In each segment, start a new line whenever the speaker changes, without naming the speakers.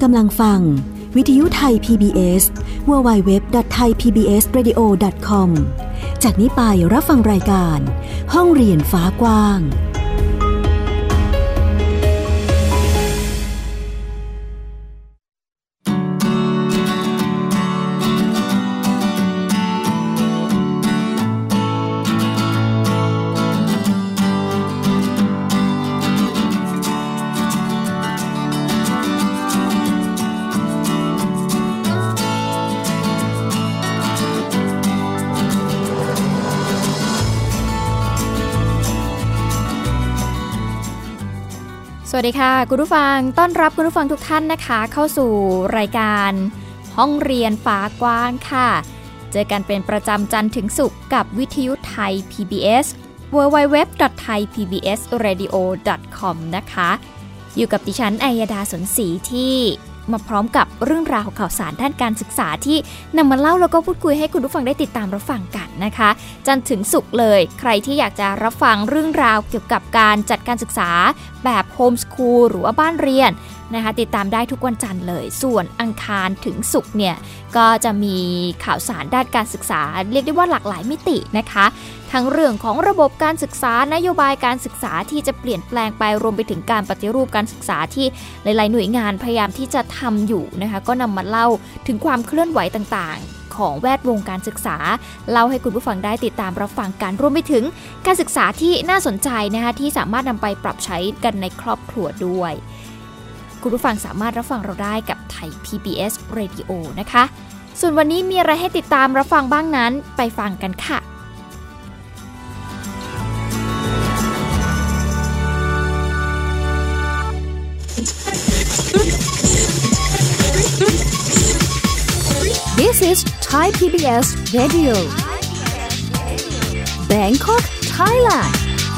กำลังฟังวิทยุไทย PBS www.thaipbsradio.com จากนี้ไปรับฟังรายการห้องเรียนฟ้ากว้าง
สวัสดีค่ะคุณผู้ฟังต้อนรับคุณผู้ฟังทุกท่านนะคะเข้าสู่รายการห้องเรียนฟ้ากว้างค่ะเจอกันเป็นประจำจันทร์ถึงศุกร์กับวิทยุไทย PBS www.thaipbsradio.com นะคะอยู่กับดิฉันอัยดาสนศรีที่มาพร้อมกับเรื่องราวข่าวสารด้านการศึกษาที่นำมาเล่าแล้วก็พูดคุยให้คุณผู้ฟังได้ติดตามรับฟังกันนะคะจันทร์ถึงศุกร์เลยใครที่อยากจะรับฟังเรื่องราวเกี่ยวกับการจัดการศึกษาแบบโฮมสคูลหรือว่าบ้านเรียนนะคะติดตามได้ทุกวันจันทร์เลยส่วนอังคารถึงศุกร์เนี่ยก็จะมีข่าวสารด้านการศึกษาเรียกได้ว่าหลากหลายมิตินะคะทั้งเรื่องของระบบการศึกษานโยบายการศึกษาที่จะเปลี่ยนแปลงไปรวมไปถึงการปฏิรูปการศึกษาที่หลายๆหน่วยงานพยายามที่จะทำอยู่นะคะก็นำมาเล่าถึงความเคลื่อนไหวต่างๆของแวดวงการศึกษาเล่าให้คุณผู้ฟังได้ติดตามรับฟังกันรวมไปถึงการศึกษาที่น่าสนใจนะคะที่สามารถนำไปปรับใช้กันในครอบครัวด้วยคุณผู้ฟังสามารถรับฟังเราได้กับไทย PBS Radio นะคะส่วนวันนี้มีอะไรให้ติดตามรับฟังบ้างนั้นไปฟังกันค่ะ
This is Thai PBS Radio Bangkok, Thailand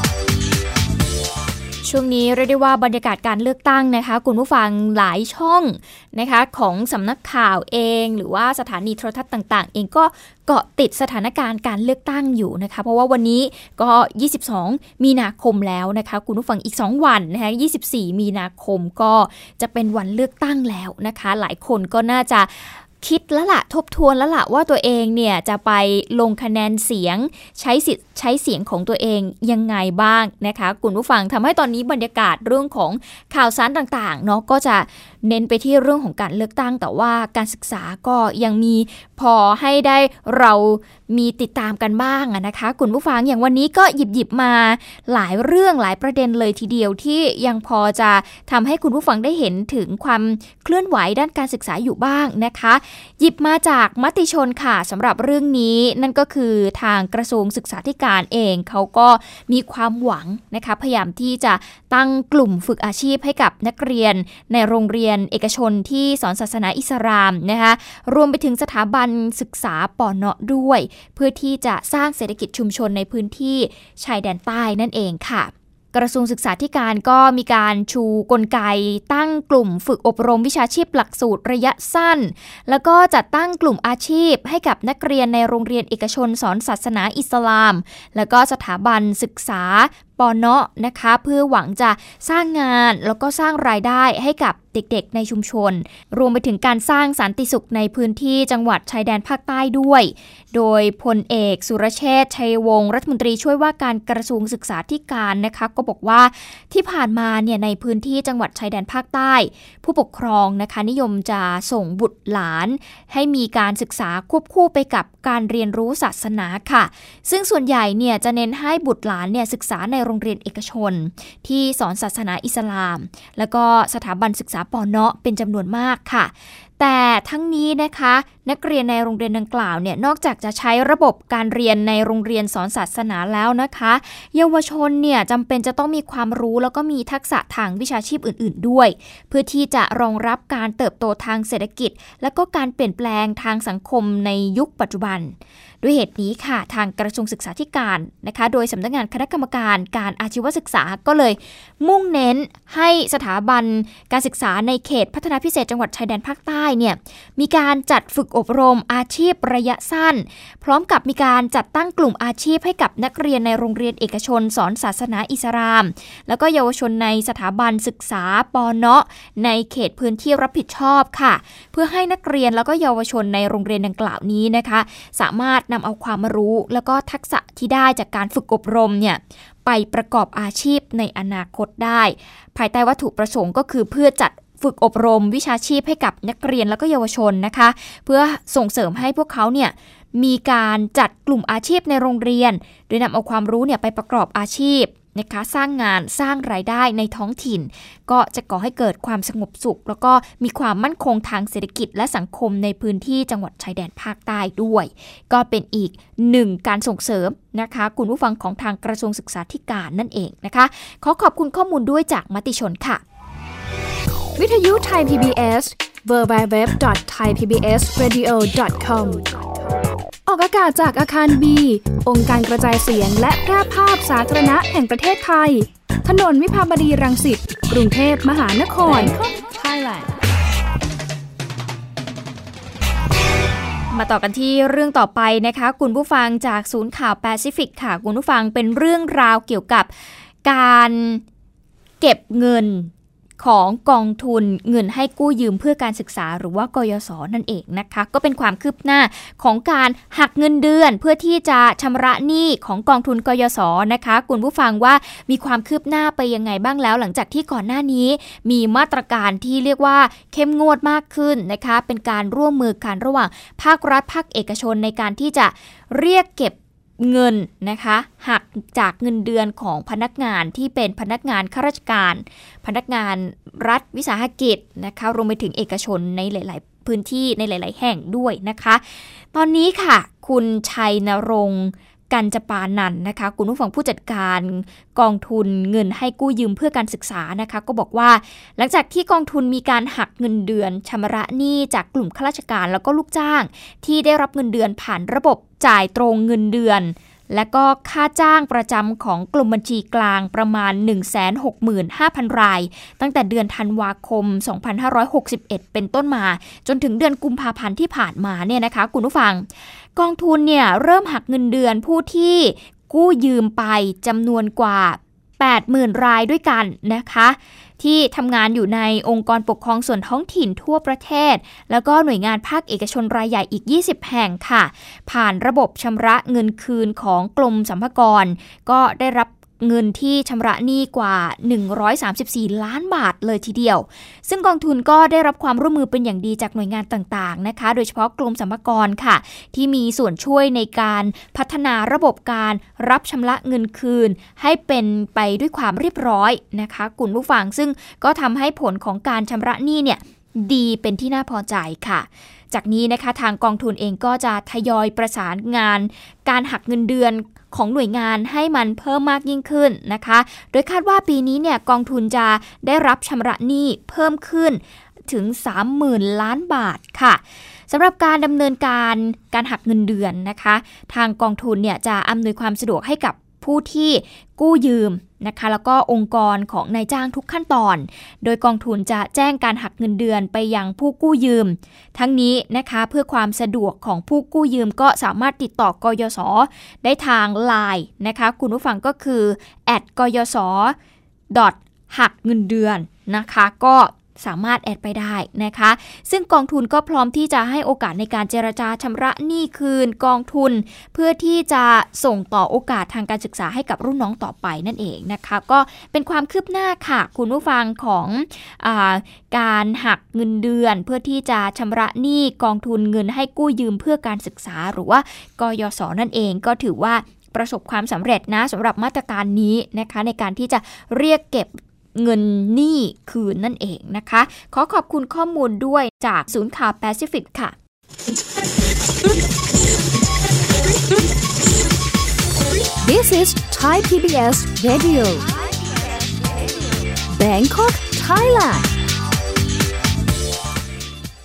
ช่วงนี้เรียกได้ว่าบรรยากาศการเลือกตั้งนะคะคุณผู้ฟังหลายช่องนะคะของสำนักข่าวเองหรือว่าสถานีโทรทัศน์ต่างๆเองก็เกาะติดสถานการณ์การเลือกตั้งอยู่นะคะเพราะว่าวันนี้ก็22มีนาคมแล้วนะคะคุณผู้ฟังอีก2วันนะคะ24มีนาคมก็จะเป็นวันเลือกตั้งแล้วนะคะหลายคนก็น่าจะคิดแล้วล่ะทบทวนแล้วล่ะว่าตัวเองเนี่ยจะไปลงคะแนนเสียงใช้สิทธิ์ใช้เสียงของตัวเองยังไงบ้างนะคะคุณผู้ฟังทำให้ตอนนี้บรรยากาศเรื่องของข่าวสารต่างๆเนาะก็จะเน้นไปที่เรื่องของการเลือกตั้งแต่ว่าการศึกษาก็ยังมีพอให้ได้เรามีติดตามกันบ้างนะคะคุณผู้ฟังอย่างวันนี้ก็หยิบมาหลายเรื่องหลายประเด็นเลยทีเดียวที่ยังพอจะทำให้คุณผู้ฟังได้เห็นถึงความเคลื่อนไหวด้านการศึกษาอยู่บ้างนะคะหยิบมาจากมติชนค่ะสำหรับเรื่องนี้นั่นก็คือทางกระทรวงศึกษาธิการเองเขาก็มีความหวังนะคะพยายามที่จะตั้งกลุ่มฝึกอาชีพให้กับนักเรียนในโรงเรียนเอกชนที่สอนศาสนาอิสลามนะคะรวมไปถึงสถาบันศึกษาป.น.ด้วยเพื่อที่จะสร้างเศรษฐกิจชุมชนในพื้นที่ชายแดนใต้นั่นเองค่ะกระทรวงศึกษาธิการก็มีการชูกลไกตั้งกลุ่มฝึกอบรมวิชาชีพหลักสูตรระยะสั้นแล้วก็จัดตั้งกลุ่มอาชีพให้กับนักเรียนในโรงเรียนเอกชนสอนศาสนาอิสลามแล้วก็สถาบันศึกษาป.น.นะคะเพื่อหวังจะสร้างงานแล้วก็สร้างรายได้ให้กับเด็กๆในชุมชนรวมไปถึงการสร้างสันติสุขในพื้นที่จังหวัดชายแดนภาคใต้ด้วยโดยพลเอกสุรเชษฐ์ชัยวงศ์รัฐมนตรีช่วยว่าการกระทรวงศึกษาธิการนะคะก็บอกว่าที่ผ่านมาเนี่ยในพื้นที่จังหวัดชายแดนภาคใต้ผู้ปกครองนะคะนิยมจะส่งบุตรหลานให้มีการศึกษาควบคู่ไปกับการเรียนรู้ศาสนาค่ะซึ่งส่วนใหญ่เนี่ยจะเน้นให้บุตรหลานเนี่ยศึกษาในโรงเรียนเอกชนที่สอนศาสนาอิสลามแล้วก็สถาบันศึกษาป.น.เป็นจำนวนมากค่ะแต่ทั้งนี้นะคะนักเรียนในโรงเรียนดังกล่าวเนี่ยนอกจากจะใช้ระบบการเรียนในโรงเรียนสอนศาสนาแล้วนะคะเยาวชนเนี่ยจำเป็นจะต้องมีความรู้แล้วก็มีทักษะทางวิชาชีพอื่นๆด้วยเพื่อที่จะรองรับการเติบโตทางเศรษฐกิจและก็การเปลี่ยนแปลงทางสังคมในยุคปัจจุบันด้วยเหตุนี้ค่ะทางกระทรวงศึกษาธิการนะคะโดยสำนักงานคณะกรรมการการอาชีวศึกษาก็เลยมุ่งเน้นให้สถาบันการศึกษาในเขตพัฒนาพิเศษจังหวัดชายแดนภาคใต้ต้เนี่ยมีการจัดฝึกอบรมอาชีพระยะสั้นพร้อมกับมีการจัดตั้งกลุ่มอาชีพให้กับนักเรียนในโรงเรียนเอกชนสอนศาสนาอิสลามแล้วก็เยาวชนในสถาบันศึกษาปเนาะในเขตพื้นที่รับผิดชอบค่ะเพื่อให้นักเรียนแล้วก็เยาวชนในโรงเรียนดังกล่าวนี้นะคะสามารถนำเอาความรู้แล้วก็ทักษะที่ได้จากการฝึกอบรมเนี่ยไปประกอบอาชีพในอนาคตได้ภายใต้วัตถุประสงค์ก็คือเพื่อจัดฝึกอบรมวิชาชีพให้กับนักเรียนแล้วก็เยาวชนนะคะเพื่อส่งเสริมให้พวกเขาเนี่ยมีการจัดกลุ่มอาชีพในโรงเรียนโดยนำเอาความรู้เนี่ยไปประกอบอาชีพนะคะสร้างงานสร้างรายได้ในท้องถิ่นก็จะก่อให้เกิดความสงบสุขแล้วก็มีความมั่นคงทางเศรษฐกิจและสังคมในพื้นที่จังหวัดชายแดนภาคใต้ด้วยก็เป็นอีกหนึ่งการส่งเสริมนะคะคุณผู้ฟังของทางกระทรวงศึกษาธิการนั่นเองนะคะขอขอบคุณข้อมูลด้วยจากมติชนค่ะ
วิทยุไทย PBS www.thaipbsradio.com ออกอากาศจากอาคาร B องค์การกระจายเสียงและแพร่ภาพสาธารณะแห่งประเทศไทยถนนวิภาวดีรังสิตกรุงเทพมหานคร Thailand
มาต่อกันที่เรื่องต่อไปนะคะคุณผู้ฟังจากศูนย์ข่าวแปซิฟิกค่ะคุณผู้ฟังเป็นเรื่องราวเกี่ยวกับการเก็บเงินของกองทุนเงินให้กู้ยืมเพื่อการศึกษาหรือว่ากยศ.นั่นเองนะคะก็เป็นความคืบหน้าของการหักเงินเดือนเพื่อที่จะชำระหนี้ของกองทุนกยศ.นะคะคุณผู้ฟังว่ามีความคืบหน้าไปยังไงบ้างแล้วหลังจากที่ก่อนหน้านี้มีมาตรการที่เรียกว่าเข้มงวดมากขึ้นนะคะเป็นการร่วมมือกันระหว่างภาครัฐภาคเอกชนในการที่จะเรียกเก็บเงินนะคะหักจากเงินเดือนของพนักงานที่เป็นพนักงานข้าราชการพนักงานรัฐวิสาหกิจนะคะรวมไปถึงเอกชนในหลายๆพื้นที่ในหลายๆแห่งด้วยนะคะตอนนี้ค่ะคุณชัยนรงค์กัญจปานันท์นะคะคุณผู้ฟังผู้จัดการกองทุนเงินให้กู้ยืมเพื่อการศึกษานะคะก็บอกว่าหลังจากที่กองทุนมีการหักเงินเดือนชำระหนี้จากกลุ่มข้าราชการแล้วก็ลูกจ้างที่ได้รับเงินเดือนผ่านระบบจ่ายตรงเงินเดือนและก็ค่าจ้างประจำของกลุ่มบัญชีกลางประมาณ 165,000 รายตั้งแต่เดือนธันวาคม 2561 เป็นต้นมาจนถึงเดือนกุมภาพันธ์ที่ผ่านมาเนี่ยนะคะคุณผู้ฟังกองทุนเนี่ยเริ่มหักเงินเดือนผู้ที่กู้ยืมไปจำนวนกว่า 80,000 รายด้วยกันนะคะที่ทำงานอยู่ในองค์กรปกครองส่วนท้องถิ่นทั่วประเทศแล้วก็หน่วยงานภาคเอกชนรายใหญ่อีก20แห่งค่ะผ่านระบบชำระเงินคืนของกรมสรรพากรก็ได้รับเงินที่ชำระหนี้กว่า134ล้านบาทเลยทีเดียวซึ่งกองทุนก็ได้รับความร่วมมือเป็นอย่างดีจากหน่วยงานต่างๆนะคะโดยเฉพาะกรมสรรพากรค่ะที่มีส่วนช่วยในการพัฒนาระบบการรับชำระเงินคืนให้เป็นไปด้วยความเรียบร้อยนะคะคุณผู้ฟังซึ่งก็ทำให้ผลของการชำระหนี้เนี่ยดีเป็นที่น่าพอใจค่ะจากนี้นะคะทางกองทุนเองก็จะทยอยประสานงานการหักเงินเดือนของหน่วยงานให้มันเพิ่มมากยิ่งขึ้นนะคะโดยคาดว่าปีนี้เนี่ยกองทุนจะได้รับชำระหนี้เพิ่มขึ้นถึง 30,000 ล้านบาทค่ะสำหรับการดำเนินการหักเงินเดือนนะคะทางกองทุนเนี่ยจะอำนวยความสะดวกให้กับผู้ที่กู้ยืมนะคะแล้วก็องค์กรของนายจ้างทุกขั้นตอนโดยกองทุนจะแจ้งการหักเงินเดือนไปยังผู้กู้ยืมทั้งนี้นะคะเพื่อความสะดวกของผู้กู้ยืมก็สามารถติดต่อกยศ.ได้ทาง LINE นะคะคุณผู้ฟังก็คือ @กยศ. หักเงินเดือนนะคะก็สามารถแอดไปได้นะคะซึ่งกองทุนก็พร้อมที่จะให้โอกาสในการเจรจาชำระหนี้คืนกองทุนเพื่อที่จะส่งต่อโอกาสทางการศึกษาให้กับรุ่นน้องต่อไปนั่นเองนะคะก็เป็นความคืบหน้าค่ะคุณผู้ฟังของการหักเงินเดือนเพื่อที่จะชำระหนี้กองทุนเงินให้กู้ยืมเพื่อการศึกษาหรือว่ากยศ.นั่นเองก็ถือว่าประสบความสำเร็จนะสำหรับมาตรการนี้นะคะในการที่จะเรียกเก็บเงินหนี้คืนนั่นเองนะคะขอขอบคุณข้อมูลด้วยจากศูนย์ข่าวแปซิฟิกค่ะ
This is Thai PBS Radio Bangkok, Thailand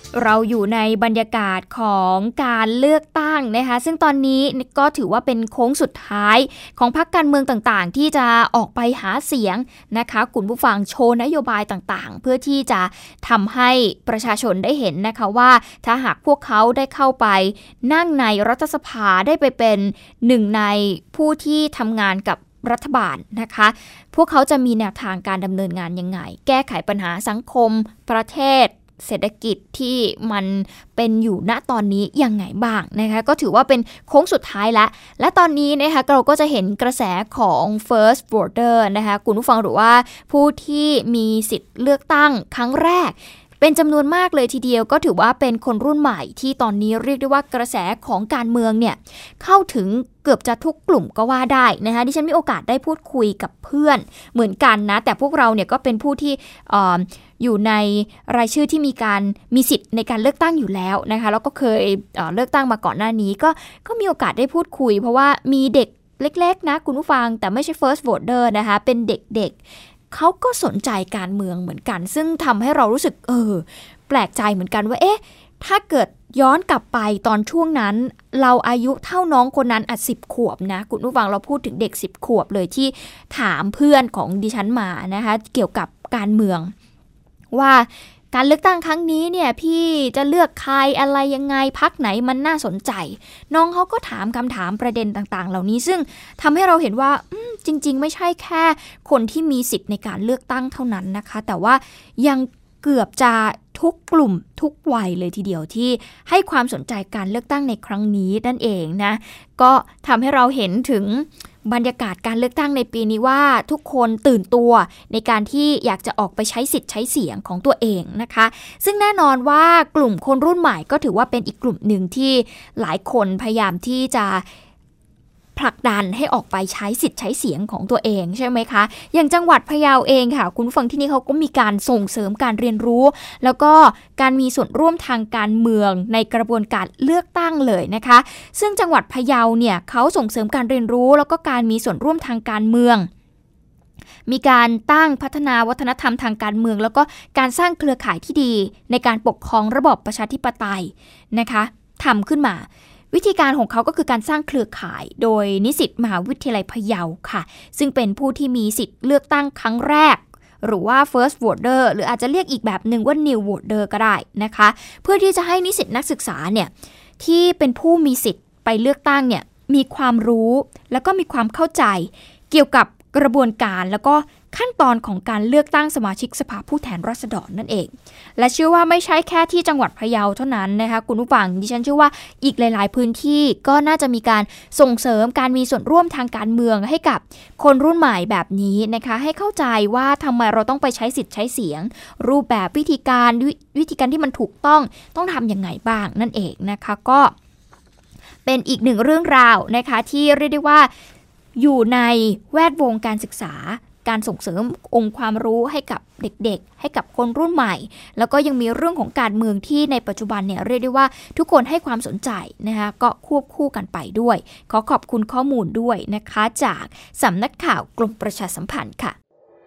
เราอยู่ในบรรยากาศของการเลือกตั้งนะคะซึ่งตอนนี้ก็ถือว่าเป็นโค้งสุดท้ายของพรรคการเมืองต่างๆที่จะออกไปหาเสียงนะคะคุณผู้ฟังโชว์นโยบายต่างๆเพื่อที่จะทำให้ประชาชนได้เห็นนะคะว่าถ้าหากพวกเขาได้เข้าไปนั่งในรัฐสภาได้ไปเป็นหนึ่งในผู้ที่ทำงานกับรัฐบาลนะคะพวกเขาจะมีแนวทางการดำเนินงานยังไงแก้ไขปัญหาสังคมประเทศเศรษฐกิจที่มันเป็นอยู่ณตอนนี้ยังไงบ้างนะคะก็ถือว่าเป็นโค้งสุดท้ายแล้วและตอนนี้นะคะเราก็จะเห็นกระแสของ First Voter นะคะคุณผู้ฟังหรือว่าผู้ที่มีสิทธิ์เลือกตั้งครั้งแรกเป็นจำนวนมากเลยทีเดียวก็ถือว่าเป็นคนรุ่นใหม่ที่ตอนนี้เรียกได้ว่ากระแสของการเมืองเนี่ยเข้าถึงเกือบจะทุกกลุ่มก็ว่าได้นะคะดิฉันมีโอกาสได้พูดคุยกับเพื่อนเหมือนกันนะแต่พวกเราเนี่ยก็เป็นผู้ที่อยู่ในรายชื่อที่มีสิทธิ์ในการเลือกตั้งอยู่แล้วนะคะแล้วก็เคยเลือกตั้งมาก่อนหน้านี้ก็มีโอกาสได้พูดคุยเพราะว่ามีเด็กเล็กๆนะคุณผู้ฟังแต่ไม่ใช่ first voter นะคะเป็นเด็กๆเขาก็สนใจการเมืองเหมือนกันซึ่งทำให้เรารู้สึกแปลกใจเหมือนกันว่าถ้าเกิดย้อนกลับไปตอนช่วงนั้นเราอายุเท่าน้องคนนั้น10 ขวบนะคุณผู้ฟังเราพูดถึงเด็ก10 ขวบเลยที่ถามเพื่อนของดิฉันมานะคะเกี่ยวกับการเมืองว่าการเลือกตั้งครั้งนี้เนี่ยพี่จะเลือกใครอะไรยังไงพรรคไหนมันน่าสนใจน้องเขาก็ถามคำถามประเด็นต่างๆเหล่านี้ซึ่งทำให้เราเห็นว่าจริงๆไม่ใช่แค่คนที่มีสิทธิ์ในการเลือกตั้งเท่านั้นนะคะแต่ว่ายังเกือบจะทุกกลุ่มทุกวัยเลยทีเดียวที่ให้ความสนใจการเลือกตั้งในครั้งนี้นั่นเองนะก็ทำให้เราเห็นถึงบรรยากาศการเลือกตั้งในปีนี้ว่าทุกคนตื่นตัวในการที่อยากจะออกไปใช้สิทธิ์ใช้เสียงของตัวเองนะคะซึ่งแน่นอนว่ากลุ่มคนรุ่นใหม่ก็ถือว่าเป็นอีกกลุ่มหนึ่งที่หลายคนพยายามที่จะผลักดันให้ออกไปใช้สิทธิ์ใช้เสียงของตัวเองใช่ไหมคะอย่างจังหวัดพะเยาเองค่ะคุณผู้ฟังที่นี่เขาก็มีการส่งเสริมการเรียนรู้แล้วก็การมีส่วนร่วมทางการเมืองในกระบวนการเลือกตั้งเลยนะคะซึ่งจังหวัดพะเยาเนี่ยเขาส่งเสริมการเรียนรู้แล้วก็การมีส่วนร่วมทางการเมืองมีการตั้งพัฒนาวัฒนธรรมทางการเมืองแล้วก็การสร้างเครือข่ายที่ดีในการปกครองระบอบประชาธิปไตยนะคะทำขึ้นมาวิธีการของเขาก็คือการสร้างเครือข่ายโดยนิสิตมหาวิทยาลัยพะเยาค่ะซึ่งเป็นผู้ที่มีสิทธิ์เลือกตั้งครั้งแรกหรือว่า first voter หรืออาจจะเรียกอีกแบบหนึ่งว่า new voter ก็ได้นะคะเพื่อที่จะให้นิสิตนักศึกษาเนี่ยที่เป็นผู้มีสิทธิ์ไปเลือกตั้งเนี่ยมีความรู้แล้วก็มีความเข้าใจเกี่ยวกับกระบวนการแล้วก็ขั้นตอนของการเลือกตั้งสมาชิกสภาผู้แทนราษฎรนั่นเองและเชื่อว่าไม่ใช่แค่ที่จังหวัดพะเยาเท่านั้นนะคะคุณผู้ฟังดิฉันเชื่อว่าอีกหลายๆพื้นที่ก็น่าจะมีการส่งเสริมการมีส่วนร่วมทางการเมืองให้กับคนรุ่นใหม่แบบนี้นะคะให้เข้าใจว่าทำไมเราต้องไปใช้สิทธิ์ใช้เสียงรูปแบบวิธีการที่มันถูกต้องทำยังไงบ้างนั่นเองนะคะก็เป็นอีกหนึ่งเรื่องราวนะคะที่เรียกได้ว่าอยู่ในแวดวงการศึกษาการส่งเสริมองค์ความรู้ให้กับเด็กๆให้กับคนรุ่นใหม่แล้วก็ยังมีเรื่องของการเมืองที่ในปัจจุบันเนี่ยเรียกได้ว่าทุกคนให้ความสนใจนะคะก็ควบคู่กันไปด้วยขอขอบคุณข้อมูลด้วยนะคะจากสำนักข่าวกรมประชาสัมพันธ์ค่ะ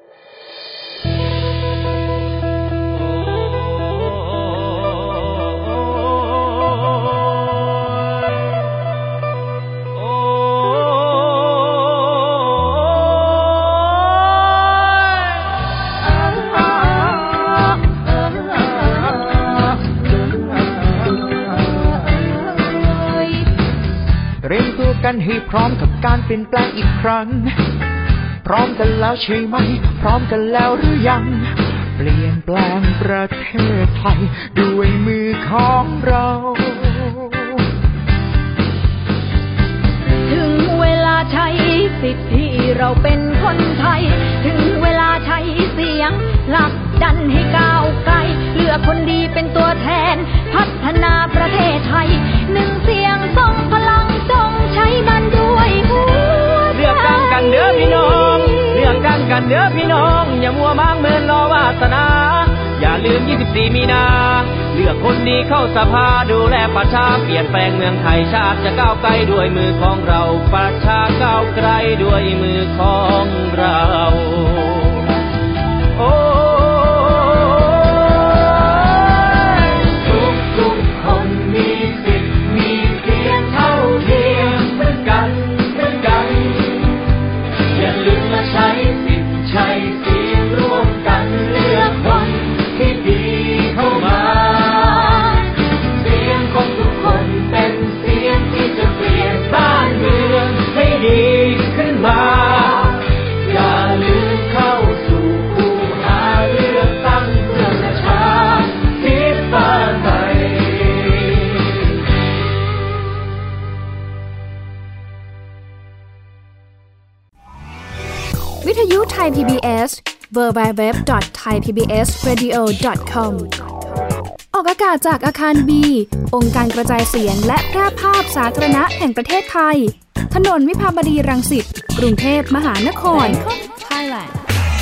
กันให้พร้อมกับการเปลี่ยนแปลงอีกครั้งพร้อมกันแล้วใช่ไหมพร้อมกันแล้วหรือยังเปลี่ยนแปลงประเทศไทยด้วยมือของเรา
ถึงเวลาใช้สิทธิ์ที่เราเป็นคนไทยถึงเวลาใช้เสียงผลักดันให้ก้าวไกลเลือกคนดีเป็นตัวแทนพัฒนาประเทศไทยหนึ่งเสียงทรงพลังจงใช้มันด้วยหัวใจเลือก
กันเด้อพี่น้องเลือกกันเด้อพี่น้องอย่ามัวมางเมินรอวาสนาอย่าลืม24 มีนาเลือกคนดีเข้าสภาดูแลประชาเปลี่ยนแปลงเมืองไทยชาติจะก้าวไกลด้วยมือของเราประชาก้าวไกลด้วยมือของเราโอ้ทุก
PBS www.thaipbsradio.com ออกอากาศจากอาคาร B องค์การกระจายเสียงและแพร่ภาพสาธารณะแห่งประเทศไทยถนนวิภาวดีรังสิตกรุงเทพมหานคร
Thailand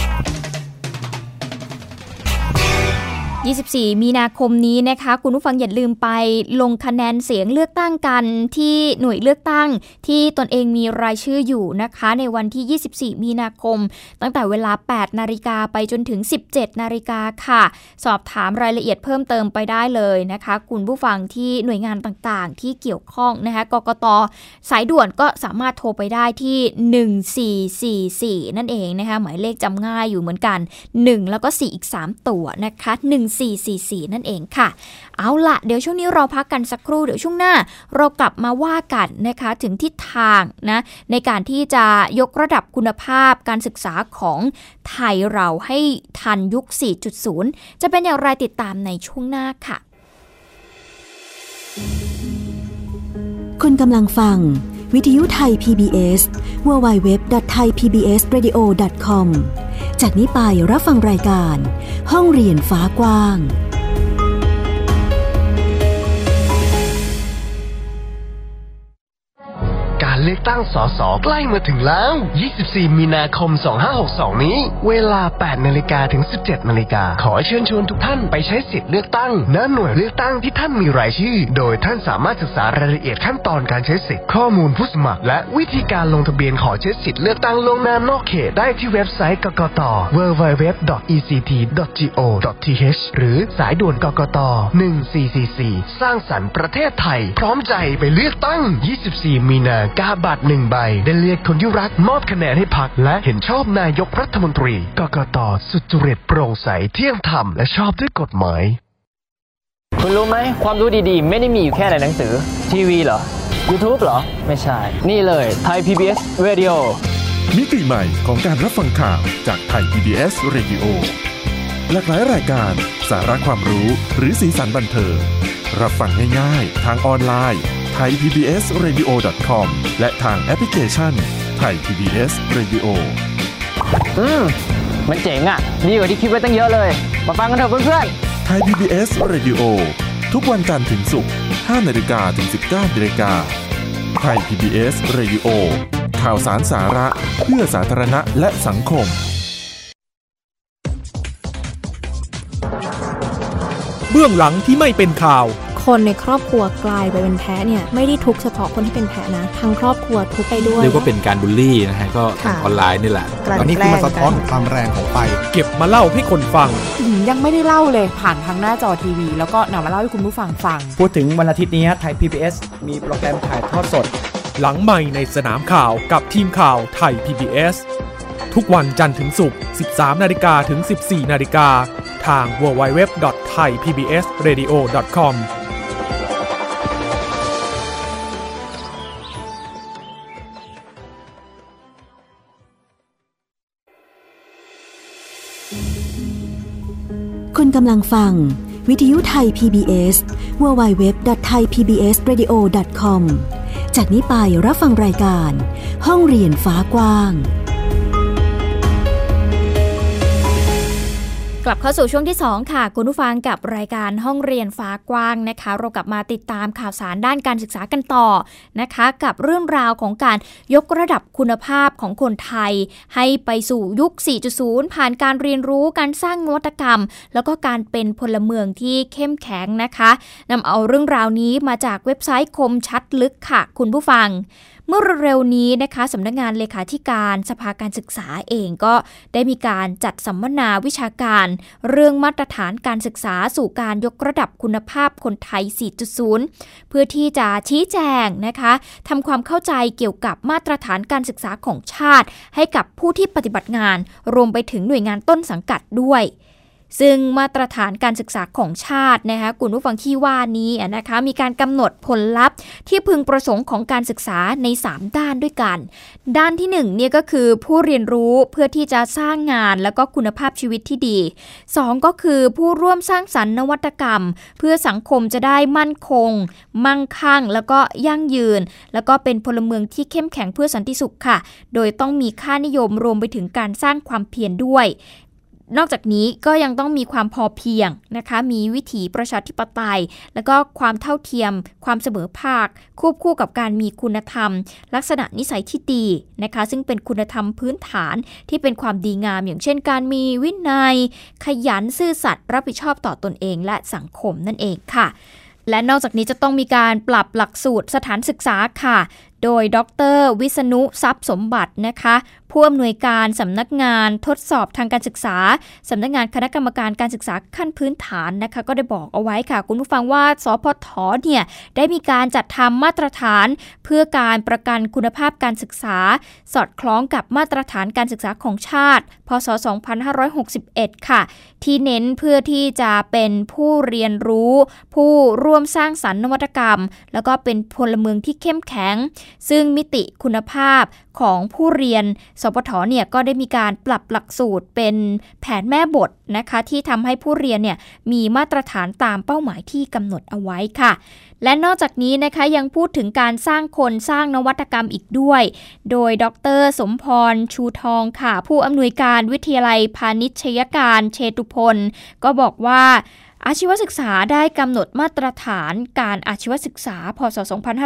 24 มีนาคมนี้นะคะคุณผู้ฟังอย่าลืมไปลงคะแนนเสียงเลือกตั้งกันที่หน่วยเลือกตั้งที่ตนเองมีรายชื่ออยู่นะคะในวันที่ 24 มีนาคมตั้งแต่เวลา 8 นาฬิกาไปจนถึง 17 นาฬิกาค่ะสอบถามรายละเอียดเพิ่มเติมไปได้เลยนะคะคุณผู้ฟังที่หน่วยงานต่างๆที่เกี่ยวข้องนะคะกกต.สายด่วนก็สามารถโทรไปได้ที่ 1444 นั่นเองนะคะหมายเลขจำง่ายอยู่เหมือนกัน1แล้วก็4อีก3ตัวนะคะ1444นั่นเองค่ะเอาละเดี๋ยวช่วงนี้เราพักกันสักครู่เดี๋ยวช่วงหน้าเรากลับมาว่ากันนะคะถึงทิศทางนะในการที่จะยกระดับคุณภาพการศึกษาของไทยเราให้ทันยุค 4.0 จะเป็นอย่างไรติดตามในช่วงหน้าค่ะ
คุณกำลังฟังวิทยุไทย PBS www.thaipbsradio.com จากนี้ไปรับฟังรายการห้องเรียนฟ้ากว้าง
การเลือกตั้งสสใกล้มาถึงแล้ว24 มีนาคม 2562 นี้เวลา 8 นาฬิกาถึง 17 นาฬิกาขอเชิญชวนทุกท่านไปใช้สิทธิ์เลือกตั้งณหน่วยเลือกตั้งที่ท่านมีรายชื่อโดยท่านสามารถศึกษารายละเอียดขั้นตอนการใช้สิทธิ์ข้อมูลผู้สมัครและวิธีการลงทะเบียนขอใช้สิทธิ์เลือกตั้งล่วงหน้านอกเขตได้ที่เว็บไซต์กกต. www.ect.go.th หรือสายด่วนกกต. 1444สร้างสรรค์ประเทศไทยพร้อมใจไปเลือกตั้ง24 มีนากาบัตร1 ใบได้เลือกคนที่รักมอบคะแนนให้พรรคและเห็นชอบนายกรัฐมนตรีกกต.สุจริตโปร่งใสเที่ยงธรรมและชอบด้วยกฎหมาย
คุณรู้ไหมความรู้ดีๆไม่ได้มีอยู่แค่ในหนังสือทีวีเหรอ YouTube เหรอไม่ใช่นี่เลยไทย PBS Radio
มิติใหม่ของการรับฟังข่าวจากไทย PBS Radio หลากหลายรายการสาระความรู้หรือสีสันบันเทิงรับฟังง่ายๆทางออนไลน์thaipbsradio.com และทางแอปพลิเคชัน Thai PBS Radio
มันเจ๋งอ่ะดีกว่าที่คิดไว้ตั้งเยอะเลยมาฟังกันเถอะเพื่อน
ๆ Thai PBS Radio ทุกวันจันทร์ถึงศุกร์ 5 นาฬิกาถึง 19 นาฬิกา Thai PBS Radio ข่าวสารสาระเพื่อสาธารณะและสังคม
เบื้องหลังที่ไม่เป็นข่าวคนในครอบครัวกลายไปเป็นแพ้เนี่ยไม่ได้ทุกเฉพาะคนที่เป็นแพ้นะทั้งครอบครัวทุกไปด้วย
เรียกว่าเป็นการบูลลี่นะฮะก็ทางออนไลน์นี่แหละ
ตอนนี้คือมาสะท้อนความแรงของไฟ
เก็บมาเล่าให้คนฟัง
ยังไม่ได้เล่าเลยผ่านทางหน้าจอทีวีแล้วก็นำมาเล่าให้คุณผู้ฟังฟัง
พูดถึงวันอาทิตย์นี้ไทย PBS มีโปรแกรมถ่ายทอดสด
หลังใหม่ในสนามข่าวกับทีมข่าวไทย PBS ทุกวันจันทร์ถึงศุกร์ 13 นาฬิกาถึง 14 นาฬิกาทาง www.thaipbsradio.com
คุณกำลังฟังวิทยุไทย PBS www.thaipbsradio.com จากนี้ไปรับฟังรายการห้องเรียนฟ้ากว้าง
กลับเข้าสู่ช่วงที่2ค่ะคุณผู้ฟังกับรายการห้องเรียนฟ้ากว้างนะคะเรากลับมาติดตามข่าวสารด้านการศึกษากันต่อนะคะกับเรื่องราวของการยกระดับคุณภาพของคนไทยให้ไปสู่ยุค 4.0 ผ่านการเรียนรู้การสร้างนวัตกรรมแล้วก็การเป็นพลเมืองที่เข้มแข็งนะคะนำเอาเรื่องราวนี้มาจากเว็บไซต์คมชัดลึกค่ะคุณผู้ฟังเมื่อเร็วนี้นะคะสำนักงานเลขาธิการสภาการศึกษาเองก็ได้มีการจัดสัมมนาวิชาการเรื่องมาตรฐานการศึกษาสู่การยกระดับคุณภาพคนไทย 4.0 เพื่อที่จะชี้แจงนะคะทำความเข้าใจเกี่ยวกับมาตรฐานการศึกษาของชาติให้กับผู้ที่ปฏิบัติงานรวมไปถึงหน่วยงานต้นสังกัดด้วยซึ่งมาตรฐานการศึกษาของชาตินะคะคุณผู้ฟังที่ว่านี้นะคะมีการกำหนดผลลัพธ์ที่พึงประสงค์ของการศึกษาใน3ด้านด้วยกันด้านที่1เนี่ยก็คือผู้เรียนรู้เพื่อที่จะสร้างงานแล้วก็คุณภาพชีวิตที่ดี2ก็คือผู้ร่วมสร้างสรรค์นวัตกรรมเพื่อสังคมจะได้มั่นคงมั่งคั่งแล้วก็ยั่งยืนแล้วก็เป็นพลเมืองที่เข้มแข็งเพื่อสันติสุขค่ะโดยต้องมีค่านิยมรวมไปถึงการสร้างความเพียรด้วยนอกจากนี้ก็ยังต้องมีความพอเพียงนะคะมีวิถีประชาธิปไตยแล้วก็ความเท่าเทียมความเสมอภาคควบคู่กับการมีคุณธรรมลักษณะนิสัยที่ดีนะคะซึ่งเป็นคุณธรรมพื้นฐานที่เป็นความดีงามอย่างเช่นการมีวินัยขยันซื่อสัตย์รับผิดชอบต่อตนเองและสังคมนั่นเองค่ะและนอกจากนี้จะต้องมีการปรับหลักสูตรสถานศึกษาค่ะโดยดร.วิษณุทรัพย์สมบัตินะคะผู้อำนวยการสำนักงานทดสอบทางการศึกษาสำนักงานคณะกรรมการการศึกษาขั้นพื้นฐานนะคะก็ได้บอกเอาไว้ค่ะคุณผู้ฟังว่าสพท.เนี่ยได้มีการจัดทำมาตรฐานเพื่อการประกันคุณภาพการศึกษาสอดคล้องกับมาตรฐานการศึกษาของชาติพ.ศ. 2561ค่ะที่เน้นเพื่อที่จะเป็นผู้เรียนรู้ผู้ร่วมสร้างสรรค์นวัตกรรมแล้วก็เป็นพลเมืองที่เข้มแข็งซึ่งมิติคุณภาพของผู้เรียนสพท.เนี่ยก็ได้มีการปรับหลักสูตรเป็นแผนแม่บทนะคะที่ทำให้ผู้เรียนเนี่ยมีมาตรฐานตามเป้าหมายที่กำหนดเอาไว้ค่ะและนอกจากนี้นะคะยังพูดถึงการสร้างคนสร้างนวัตกรรมอีกด้วยโดยดร.สมพรชูทองค่ะผู้อำนวยการวิทยาลัยพาณิชยการเชตุพลก็บอกว่าอาชีวศึกษาได้กำหนดมาตรฐานการอาชีวศึกษาพ.ศ.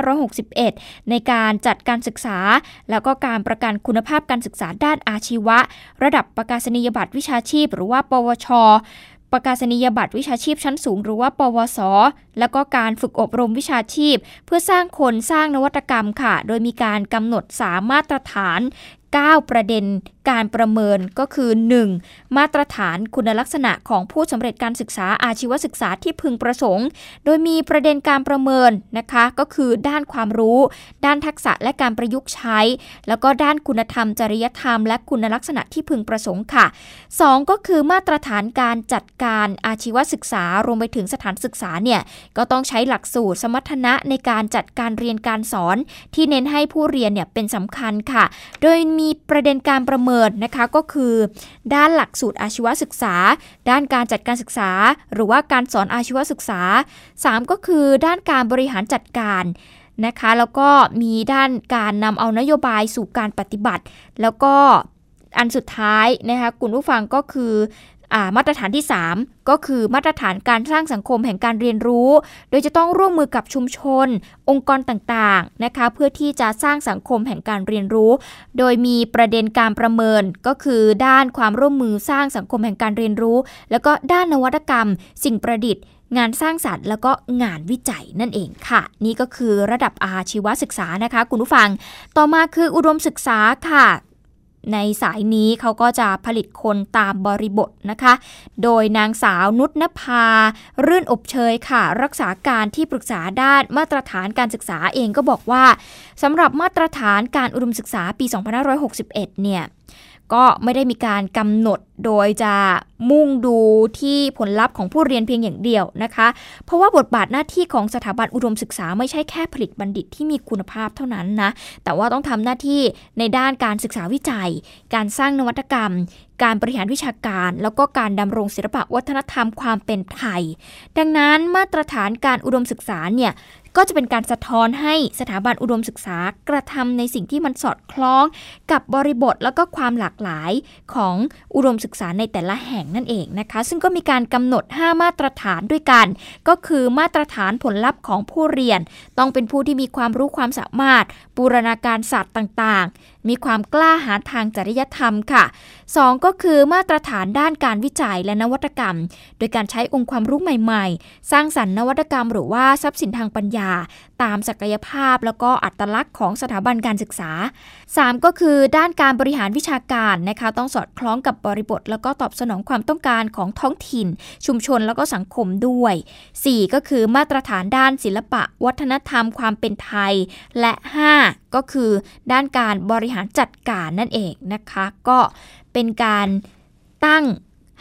2561ในการจัดการศึกษาแล้วก็การประกันคุณภาพการศึกษาด้านอาชีวะระดับประกาศนียบัตรวิชาชีพหรือว่าปวช.ประกาศนียบัตรวิชาชีพชั้นสูงหรือว่าปวส.แล้วก็การฝึกอบรมวิชาชีพเพื่อสร้างคนสร้างนวัตกรรมค่ะโดยมีการกำหนด3มาตรฐาน9ประเด็นการประเมินก็คือ 1. มาตรฐานคุณลักษณะของผู้สำเร็จการศึกษาอาชีวศึกษาที่พึงประสงค์โดยมีประเด็นการประเมินนะคะก็คือด้านความรู้ด้านทักษะและการประยุกต์ใช้แล้วก็ด้านคุณธรรมจริยธรรมและคุณลักษณะที่พึงประสงค์ค่ะ 2. ก็คือมาตรฐานการจัดการอาชีวศึกษารวมไปถึงสถานศึกษาเนี่ยก็ต้องใช้หลักสูตรสมรรถนะในการจัดการเรียนการสอนที่เน้นให้ผู้เรียนเนี่ยเป็นสำคัญค่ะโดยมีประเด็นการประเมินนะคะก็คือด้านหลักสูตรอาชีวศึกษาด้านการจัดการศึกษาหรือว่าการสอนอาชีวศึกษา 3. ก็คือด้านการบริหารจัดการนะคะแล้วก็มีด้านการนำเอานโยบายสู่การปฏิบัติแล้วก็อันสุดท้ายนะคะคุณผู้ฟังก็คือมาตรฐานที่3ก็คือมาตรฐานการสร้างสังคมแห่งการเรียนรู้โดยจะต้องร่วมมือกับชุมชนองค์กรต่างๆนะคะเพื่อที่จะสร้างสังคมแห่งการเรียนรู้โดยมีประเด็นการประเมินก็คือด้านความร่วมมือสร้างสังคมแห่งการเรียนรู้แล้วก็ด้านนวัตกรรมสิ่งประดิษฐ์งานสร้างสรรค์แล้วก็งานวิจัยนั่นเองค่ะนี่ก็คือระดับอาชีวศึกษานะคะคุณผู้ฟังต่อมาคืออุดมศึกษาค่ะในสายนี้เขาก็จะผลิตคนตามบริบทนะคะโดยนางสาวนุชนภารื่นอบเชยค่ะรักษาการที่ปรึกษาด้านมาตรฐานการศึกษาเองก็บอกว่าสำหรับมาตรฐานการอุดมศึกษาปี 2561 เนี่ยก็ไม่ได้มีการกำหนดโดยจะมุ่งดูที่ผลลัพธ์ของผู้เรียนเพียงอย่างเดียวนะคะเพราะว่าบทบาทหน้าที่ของสถาบันอุดมศึกษาไม่ใช่แค่ผลิตบัณฑิตที่มีคุณภาพเท่านั้นนะแต่ว่าต้องทำหน้าที่ในด้านการศึกษาวิจัยการสร้างนวัตกรรมการบริหารวิชาการแล้วก็การดำรงศิลปวัฒนธรรมความเป็นไทยดังนั้นมาตรฐานการอุดมศึกษาเนี่ยก็จะเป็นการสะท้อนให้สถาบันอุดมศึกษากระทำในสิ่งที่มันสอดคล้องกับบริบทแล้วก็ความหลากหลายของอุดมศึกษาในแต่ละแห่งนั่นเองนะคะซึ่งก็มีการกำหนด5มาตรฐานด้วยกันก็คือมาตรฐานผลลัพธ์ของผู้เรียนต้องเป็นผู้ที่มีความรู้ความสามารถบูรณาการศาสตร์ต่างๆมีความกล้าหาญทางจริยธรรมค่ะ2ก็คือมาตรฐานด้านการวิจัยและนวัตกรรมโดยการใช้องค์ความรู้ใหม่ๆสร้างสรรค์นวัตกรรมหรือว่าทรัพย์สินทางปัญญาตามศักยภาพแล้วก็อัตลักษณ์ของสถาบันการศึกษา3ก็คือด้านการบริหารวิชาการนะคะต้องสอดคล้องกับบริบทแล้วก็ตอบสนองความต้องการของท้องถิ่นชุมชนแล้วก็สังคมด้วย4ก็คือมาตรฐานด้านศิลปะวัฒนธรรมความเป็นไทยและ5ก็คือด้านการบริหารจัดการนั่นเองนะคะก็เป็นการตั้ง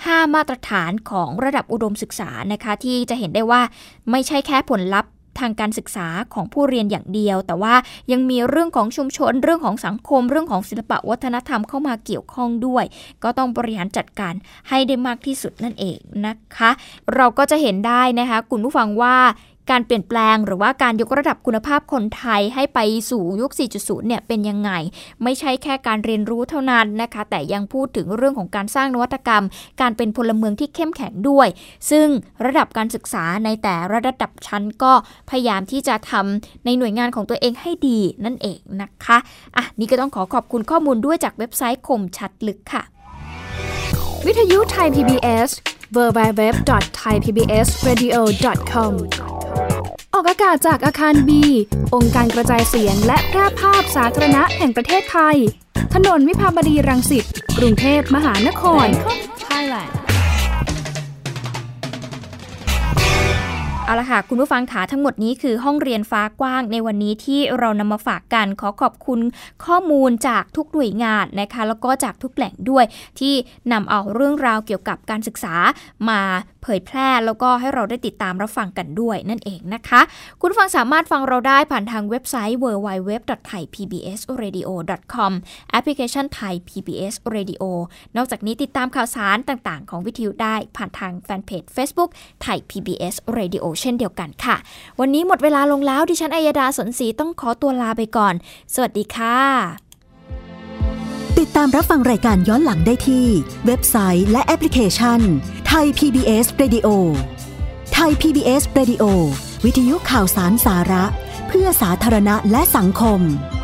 5 มาตรฐานของระดับอุดมศึกษานะคะที่จะเห็นได้ว่าไม่ใช่แค่ผลลัพธ์ทางการศึกษาของผู้เรียนอย่างเดียวแต่ว่ายังมีเรื่องของชุมชนเรื่องของสังคมเรื่องของศิลปะวัฒนธรรมเข้ามาเกี่ยวข้องด้วยก็ต้องบริหารจัดการให้ได้มากที่สุดนั่นเองนะคะเราก็จะเห็นได้นะคะคุณผู้ฟังว่าการเปลี่ยนแปลงหรือว่าการยกระดับคุณภาพคนไทยให้ไปสู่ยุค 4.0 เนี่ยเป็นยังไงไม่ใช่แค่การเรียนรู้เท่านั้นนะคะแต่ยังพูดถึงเรื่องของการสร้างนวัตกรรมการเป็นพลเมืองที่เข้มแข็งด้วยซึ่งระดับการศึกษาในแต่ระดับชั้นก็พยายามที่จะทำในหน่วยงานของตัวเองให้ดีนั่นเองนะคะนี่ก็ต้องขอบคุณข้อมูลด้วยจากเว็บไซต์คมชัดลึกค่ะ
วิทยุไทย PBS www.thaipbsradio.com ออกอากาศจากอาคาร B องค์การกระจายเสียงและแพร่ภาพสาธารณะแห่งประเทศไทยถนนวิภาวดีรังสิตกรุงเทพมหานคร Thailand
เอาละค่ะคุณผู้ฟังขาทั้งหมดนี้คือห้องเรียนฟ้ากว้างในวันนี้ที่เรานำมาฝากกันขอบคุณข้อมูลจากทุกหน่วยงานนะคะแล้วก็จากทุกแหล่งด้วยที่นำเอาเรื่องราวเกี่ยวกับการศึกษามาเผยแพร่แล้วก็ให้เราได้ติดตามรับฟังกันด้วยนั่นเองนะคะคุณผู้ฟังสามารถฟังเราได้ผ่านทางเว็บไซต์ www.thaipbsradio.com แอปพลิเคชัน Thai PBS Radio นอกจากนี้ติดตามข่าวสารต่างๆของวิทยุได้ผ่านทางแฟนเพจ Facebook Thai PBS Radio เช่นเดียวกันค่ะวันนี้หมดเวลาลงแล้วดิฉันอัยดาสนศรีต้องขอตัวลาไปก่อนสวัสดีค่ะ
ติดตามรับฟังรายการย้อนหลังได้ที่เว็บไซต์และแอปพลิเคชัน Thai PBS Radio Thai PBS Radio วิทยุข่าวสารสาระเพื่อสาธารณะและสังคม